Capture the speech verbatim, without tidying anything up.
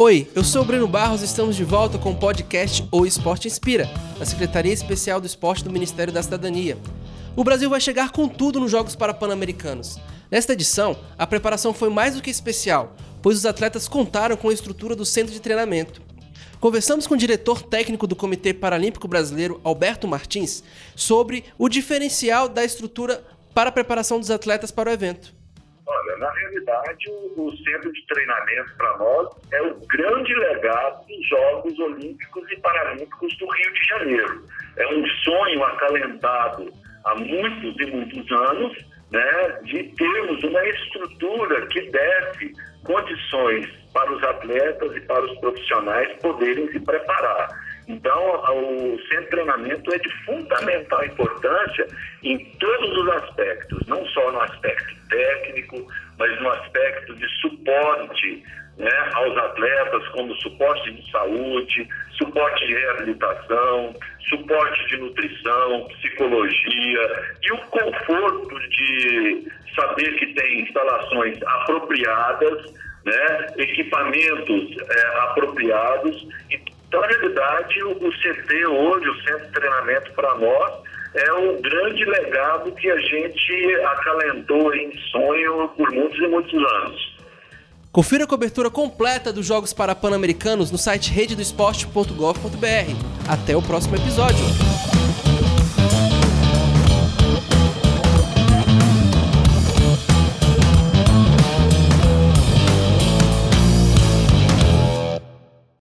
Oi, eu sou o Breno Barros e estamos de volta com o podcast O Esporte Inspira, da Secretaria Especial do Esporte do Ministério da Cidadania. O Brasil vai chegar com tudo nos Jogos Parapan-Americanos. Nesta edição, a preparação foi mais do que especial, pois os atletas contaram com a estrutura do centro de treinamento. Conversamos com o diretor técnico do Comitê Paralímpico Brasileiro, Alberto Martins, sobre o diferencial da estrutura para a preparação dos atletas para o evento. Olha, na realidade, o, o centro de treinamento para nós é o grande legado dos Jogos Olímpicos e Paralímpicos do Rio de Janeiro. É um sonho acalentado há muitos e muitos anos, né, de termos uma estrutura que desse condições para os atletas e para os profissionais poderem se preparar. Então, o centro de treinamento é de fundamental importância em todos os aspectos, não só no aspecto técnico, mas no aspecto de suporte, né, aos atletas, como suporte de saúde, suporte de reabilitação, suporte de nutrição, psicologia e o conforto de saber que tem instalações apropriadas, né, equipamentos é, apropriados. Então, na realidade, o C T hoje, o Centro de Treinamento para nós, é o grande legado que a gente acalentou em sonho por muitos e muitos anos. Confira a cobertura completa dos Jogos Parapan-Americanos no site rede do esporte ponto gov ponto br. Até o próximo episódio!